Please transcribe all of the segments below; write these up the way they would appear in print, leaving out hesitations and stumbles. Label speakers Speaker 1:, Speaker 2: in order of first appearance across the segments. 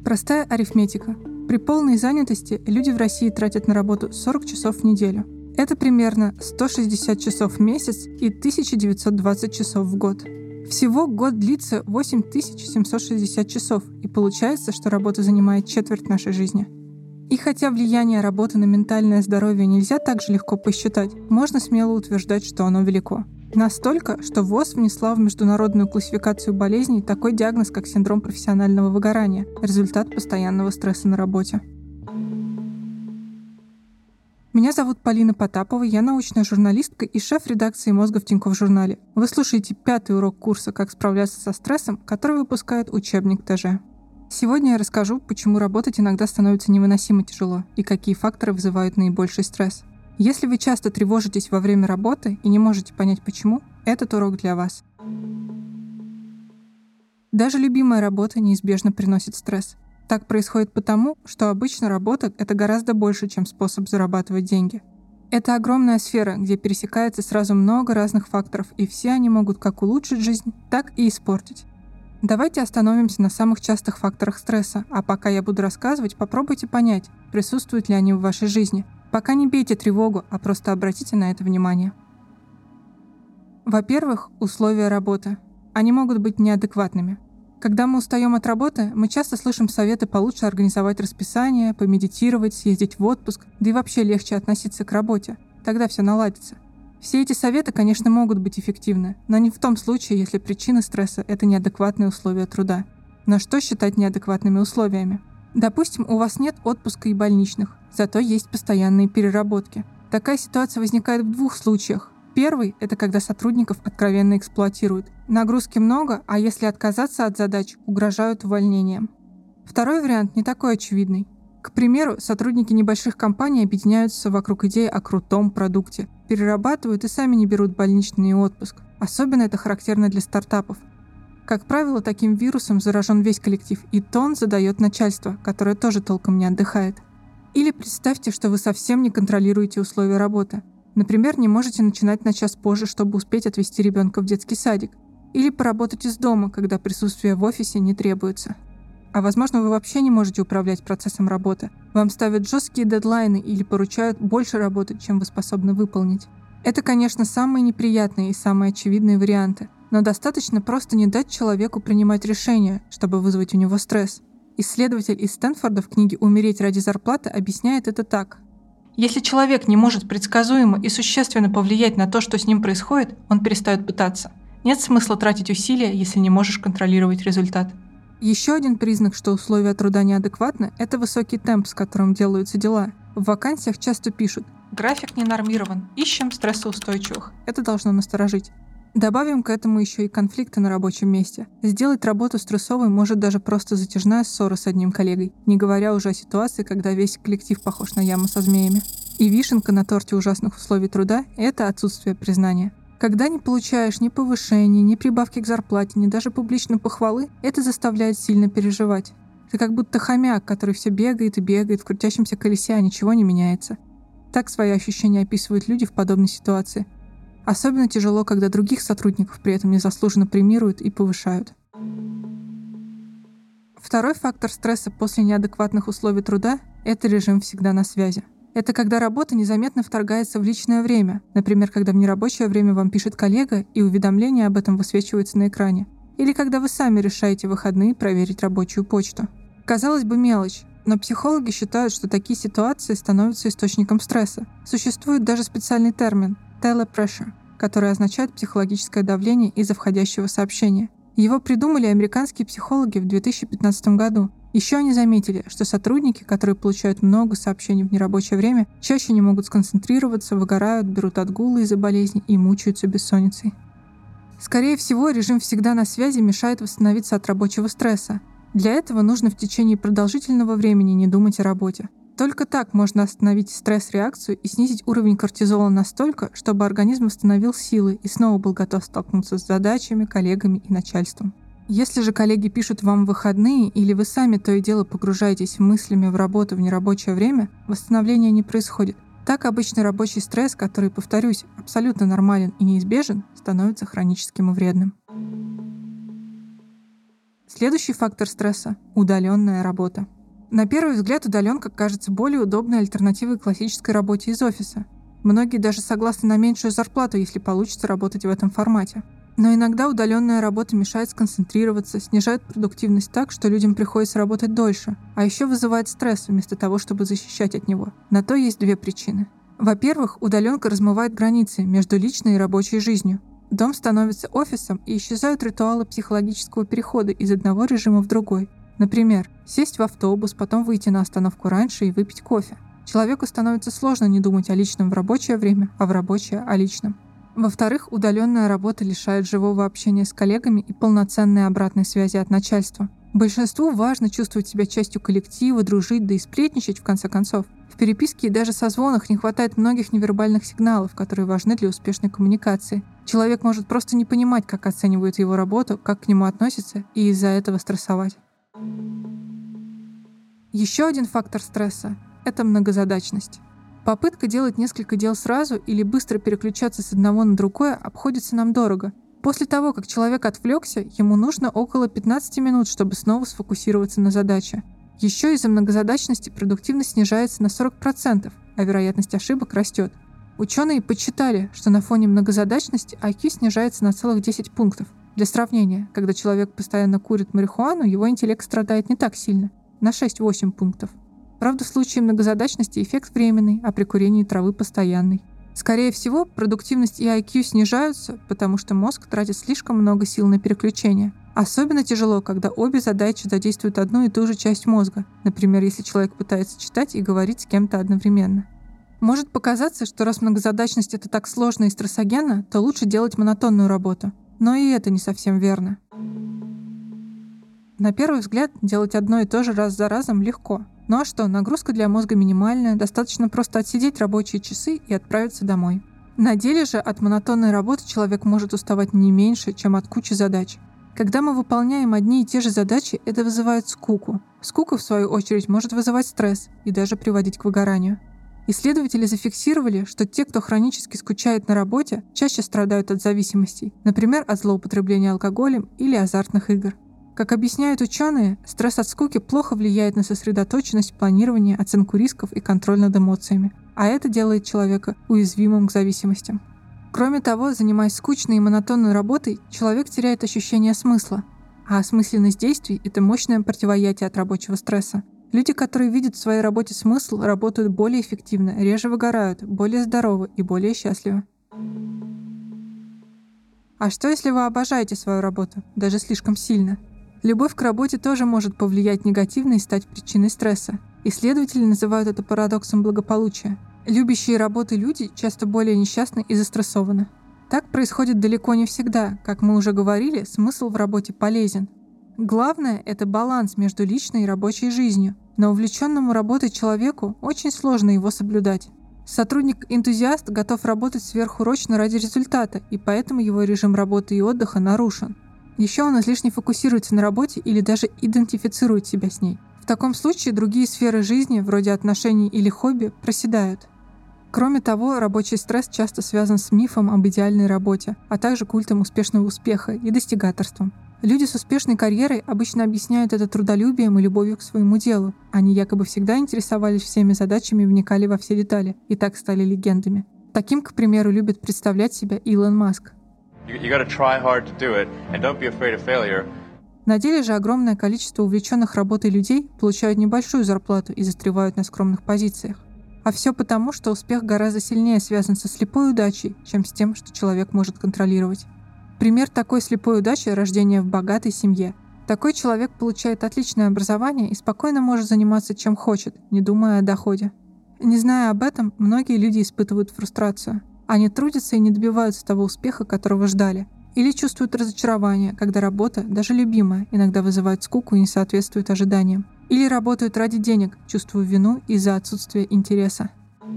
Speaker 1: Простая арифметика. При полной занятости люди в России тратят на работу 40 часов в неделю. Это примерно 160 часов в месяц и 1920 часов в год. Всего год длится 8760 часов, и получается, что работа занимает четверть нашей жизни. И хотя влияние работы на ментальное здоровье нельзя так же легко посчитать, можно смело утверждать, что оно велико. Настолько, что ВОЗ внесла в международную классификацию болезней такой диагноз, как синдром профессионального выгорания, результат постоянного стресса на работе. Меня зовут Полина Потапова, я научная журналистка и шеф редакции «Мозга» в Тинькофф журнале. Вы слушаете 5-й урок курса «Как справляться со стрессом», который выпускает учебник ТЖ. Сегодня я расскажу, почему работать иногда становится невыносимо тяжело и какие факторы вызывают наибольший стресс. Если вы часто тревожитесь во время работы и не можете понять почему, этот урок для вас. Даже любимая работа неизбежно приносит стресс. Так происходит потому, что обычно работа — это гораздо больше, чем способ зарабатывать деньги. Это огромная сфера, где пересекается сразу много разных факторов, и все они могут как улучшить жизнь, так и испортить. Давайте остановимся на самых частых факторах стресса, а пока я буду рассказывать, попробуйте понять, присутствуют ли они в вашей жизни. Пока не бейте тревогу, а просто обратите на это внимание. Во-первых, условия работы. Они могут быть неадекватными. Когда мы устаем от работы, мы часто слышим советы получше организовать расписание, помедитировать, съездить в отпуск, да и вообще легче относиться к работе. Тогда все наладится. Все эти советы, конечно, могут быть эффективны, но не в том случае, если причина стресса — это неадекватные условия труда. Но что считать неадекватными условиями? Допустим, у вас нет отпуска и больничных, зато есть постоянные переработки. Такая ситуация возникает в двух случаях. Первый — это когда сотрудников откровенно эксплуатируют. Нагрузки много, а если отказаться от задач, угрожают увольнением. Второй вариант не такой очевидный. К примеру, сотрудники небольших компаний объединяются вокруг идеи о крутом продукте, перерабатывают и сами не берут больничный и отпуск. Особенно это характерно для стартапов. Как правило, таким вирусом заражен весь коллектив, и тон задает начальство, которое тоже толком не отдыхает. Или представьте, что вы совсем не контролируете условия работы. Например, не можете начинать на час позже, чтобы успеть отвезти ребенка в детский садик. Или поработать из дома, когда присутствие в офисе не требуется. А возможно, вы вообще не можете управлять процессом работы. Вам ставят жесткие дедлайны или поручают больше работы, чем вы способны выполнить. Это, конечно, самые неприятные и самые очевидные варианты. Но достаточно просто не дать человеку принимать решения, чтобы вызвать у него стресс. Исследователь из Стэнфорда в книге «Умереть ради зарплаты» объясняет это так. Если человек не может предсказуемо и существенно повлиять на то, что с ним происходит, он перестает пытаться. Нет смысла тратить усилия, если не можешь контролировать результат. Еще один признак, что условия труда неадекватны, это высокий темп, с которым делаются дела. В вакансиях часто пишут: «График не нормирован, ищем стрессоустойчивых». Это должно насторожить. Добавим к этому еще и конфликты на рабочем месте. Сделать работу стрессовой может даже просто затяжная ссора с одним коллегой, не говоря уже о ситуации, когда весь коллектив похож на яму со змеями. И вишенка на торте ужасных условий труда — это отсутствие признания. Когда не получаешь ни повышения, ни прибавки к зарплате, ни даже публичной похвалы, это заставляет сильно переживать. Ты как будто хомяк, который все бегает и бегает в крутящемся колесе, а ничего не меняется. Так свои ощущения описывают люди в подобной ситуации. Особенно тяжело, когда других сотрудников при этом незаслуженно премируют и повышают. Второй фактор стресса после неадекватных условий труда — это режим «всегда на связи». Это когда работа незаметно вторгается в личное время, например, когда в нерабочее время вам пишет коллега, и уведомление об этом высвечивается на экране. Или когда вы сами решаете в выходные проверить рабочую почту. Казалось бы, мелочь, но психологи считают, что такие ситуации становятся источником стресса. Существует даже специальный термин — telepressure, который означает психологическое давление из-за входящего сообщения. Его придумали американские психологи в 2015 году. Еще они заметили, что сотрудники, которые получают много сообщений в нерабочее время, чаще не могут сконцентрироваться, выгорают, берут отгулы из-за болезней и мучаются бессонницей. Скорее всего, режим «всегда на связи» мешает восстановиться от рабочего стресса. Для этого нужно в течение продолжительного времени не думать о работе. Только так можно остановить стресс-реакцию и снизить уровень кортизола настолько, чтобы организм восстановил силы и снова был готов столкнуться с задачами, коллегами и начальством. Если же коллеги пишут вам в выходные или вы сами то и дело погружаетесь мыслями в работу в нерабочее время, восстановления не происходит. Так обычный рабочий стресс, который, повторюсь, абсолютно нормален и неизбежен, становится хроническим и вредным. Следующий фактор стресса – удаленная работа. На первый взгляд удаленка кажется более удобной альтернативой классической работе из офиса. Многие даже согласны на меньшую зарплату, если получится работать в этом формате. Но иногда удаленная работа мешает сконцентрироваться, снижает продуктивность так, что людям приходится работать дольше, а еще вызывает стресс вместо того, чтобы защищать от него. На то есть две причины. Во-первых, удаленка размывает границы между личной и рабочей жизнью. Дом становится офисом, и исчезают ритуалы психологического перехода из одного режима в другой. Например, сесть в автобус, потом выйти на остановку раньше и выпить кофе. Человеку становится сложно не думать о личном в рабочее время, а в рабочее о личном. Во-вторых, удаленная работа лишает живого общения с коллегами и полноценной обратной связи от начальства. Большинству важно чувствовать себя частью коллектива, дружить, да и сплетничать в конце концов. В переписке и даже созвонах не хватает многих невербальных сигналов, которые важны для успешной коммуникации. Человек может просто не понимать, как оценивают его работу, как к нему относятся, и из-за этого стрессовать. Еще один фактор стресса – это многозадачность. Попытка делать несколько дел сразу или быстро переключаться с одного на другое обходится нам дорого. После того, как человек отвлекся, ему нужно около 15 минут, чтобы снова сфокусироваться на задаче. Еще из-за многозадачности продуктивность снижается на 40%, а вероятность ошибок растет. Ученые подсчитали, что на фоне многозадачности IQ снижается на целых 10 пунктов. Для сравнения, когда человек постоянно курит марихуану, его интеллект страдает не так сильно – на 6-8 пунктов. Правда, в случае многозадачности эффект временный, а при курении травы постоянный. Скорее всего, продуктивность и IQ снижаются, потому что мозг тратит слишком много сил на переключение. Особенно тяжело, когда обе задачи задействуют одну и ту же часть мозга, например, если человек пытается читать и говорить с кем-то одновременно. Может показаться, что раз многозадачность — это так сложно и стрессогенно, то лучше делать монотонную работу. Но и это не совсем верно. На первый взгляд, делать одно и то же раз за разом легко. Ну а что, нагрузка для мозга минимальная, достаточно просто отсидеть рабочие часы и отправиться домой. На деле же от монотонной работы человек может уставать не меньше, чем от кучи задач. Когда мы выполняем одни и те же задачи, это вызывает скуку. Скука, в свою очередь, может вызывать стресс и даже приводить к выгоранию. Исследователи зафиксировали, что те, кто хронически скучает на работе, чаще страдают от зависимостей, например, от злоупотребления алкоголем или азартных игр. Как объясняют ученые, стресс от скуки плохо влияет на сосредоточенность, планирование, оценку рисков и контроль над эмоциями, а это делает человека уязвимым к зависимостям. Кроме того, занимаясь скучной и монотонной работой, человек теряет ощущение смысла, а осмысленность действий – это мощное противоядие от рабочего стресса. Люди, которые видят в своей работе смысл, работают более эффективно, реже выгорают, более здоровы и более счастливы. А что, если вы обожаете свою работу, даже слишком сильно? Любовь к работе тоже может повлиять негативно и стать причиной стресса. Исследователи называют это парадоксом благополучия. Любящие работу люди часто более несчастны и застрессованы. Так происходит далеко не всегда. Как мы уже говорили, смысл в работе полезен. Главное – это баланс между личной и рабочей жизнью. Но увлеченному работой человеку очень сложно его соблюдать. Сотрудник-энтузиаст готов работать сверхурочно ради результата, и поэтому его режим работы и отдыха нарушен. Еще он излишне фокусируется на работе или даже идентифицирует себя с ней. В таком случае другие сферы жизни, вроде отношений или хобби, проседают. Кроме того, рабочий стресс часто связан с мифом об идеальной работе, а также культом успешного успеха и достигаторством. Люди с успешной карьерой обычно объясняют это трудолюбием и любовью к своему делу. Они якобы всегда интересовались всеми задачами и вникали во все детали, и так стали легендами. Таким, к примеру, любит представлять себя Илон Маск. На деле же огромное количество увлеченных работой людей получают небольшую зарплату и застревают на скромных позициях. А все потому, что успех гораздо сильнее связан со слепой удачей, чем с тем, что человек может контролировать. Пример такой слепой удачи – рождение в богатой семье. Такой человек получает отличное образование и спокойно может заниматься чем хочет, не думая о доходе. Не зная об этом, многие люди испытывают фрустрацию. Они трудятся и не добиваются того успеха, которого ждали. Или чувствуют разочарование, когда работа, даже любимая, иногда вызывает скуку и не соответствует ожиданиям. Или работают ради денег, чувствуя вину из-за отсутствия интереса.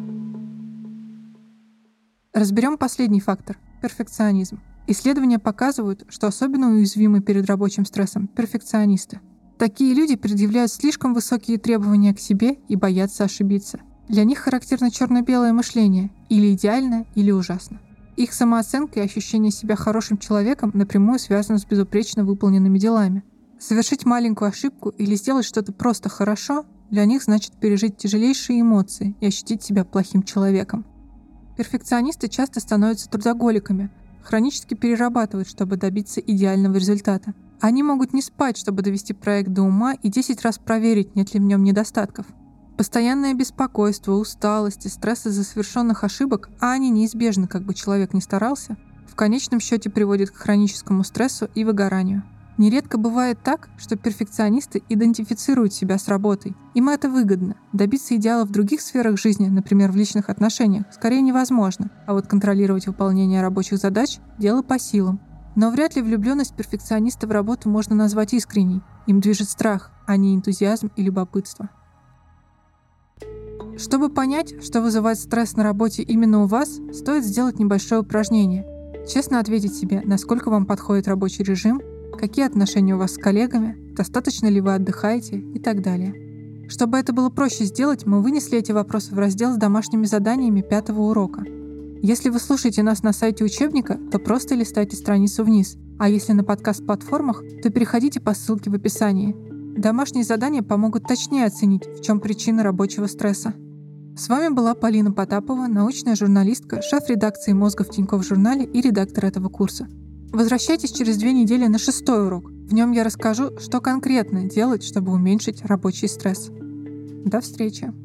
Speaker 1: Разберем последний фактор – перфекционизм. Исследования показывают, что особенно уязвимы перед рабочим стрессом перфекционисты. Такие люди предъявляют слишком высокие требования к себе и боятся ошибиться. Для них характерно черно-белое мышление – или идеально, или ужасно. Их самооценка и ощущение себя хорошим человеком напрямую связаны с безупречно выполненными делами. Совершить маленькую ошибку или сделать что-то просто хорошо для них значит пережить тяжелейшие эмоции и ощутить себя плохим человеком. Перфекционисты часто становятся трудоголиками, хронически перерабатывают, чтобы добиться идеального результата. Они могут не спать, чтобы довести проект до ума и 10 раз проверить, нет ли в нем недостатков. Постоянное беспокойство, усталость и стресс из-за совершенных ошибок, а они неизбежны, как бы человек ни старался, в конечном счете приводит к хроническому стрессу и выгоранию. Нередко бывает так, что перфекционисты идентифицируют себя с работой. Им это выгодно. Добиться идеала в других сферах жизни, например, в личных отношениях, скорее невозможно, а вот контролировать выполнение рабочих задач – дело по силам. Но вряд ли влюбленность перфекциониста в работу можно назвать искренней. Им движет страх, а не энтузиазм и любопытство. Чтобы понять, что вызывает стресс на работе именно у вас, стоит сделать небольшое упражнение. Честно ответить себе, насколько вам подходит рабочий режим, какие отношения у вас с коллегами, достаточно ли вы отдыхаете и так далее. Чтобы это было проще сделать, мы вынесли эти вопросы в раздел с домашними заданиями 5-го урока. Если вы слушаете нас на сайте учебника, то просто листайте страницу вниз, а если на подкаст-платформах, то переходите по ссылке в описании. Домашние задания помогут точнее оценить, в чем причина рабочего стресса. С вами была Полина Потапова, научная журналистка, шеф редакции «Мозга» в Тинькофф журнале и редактор этого курса. Возвращайтесь через 2 недели на 6-й урок. В нем я расскажу, что конкретно делать, чтобы уменьшить рабочий стресс. До встречи!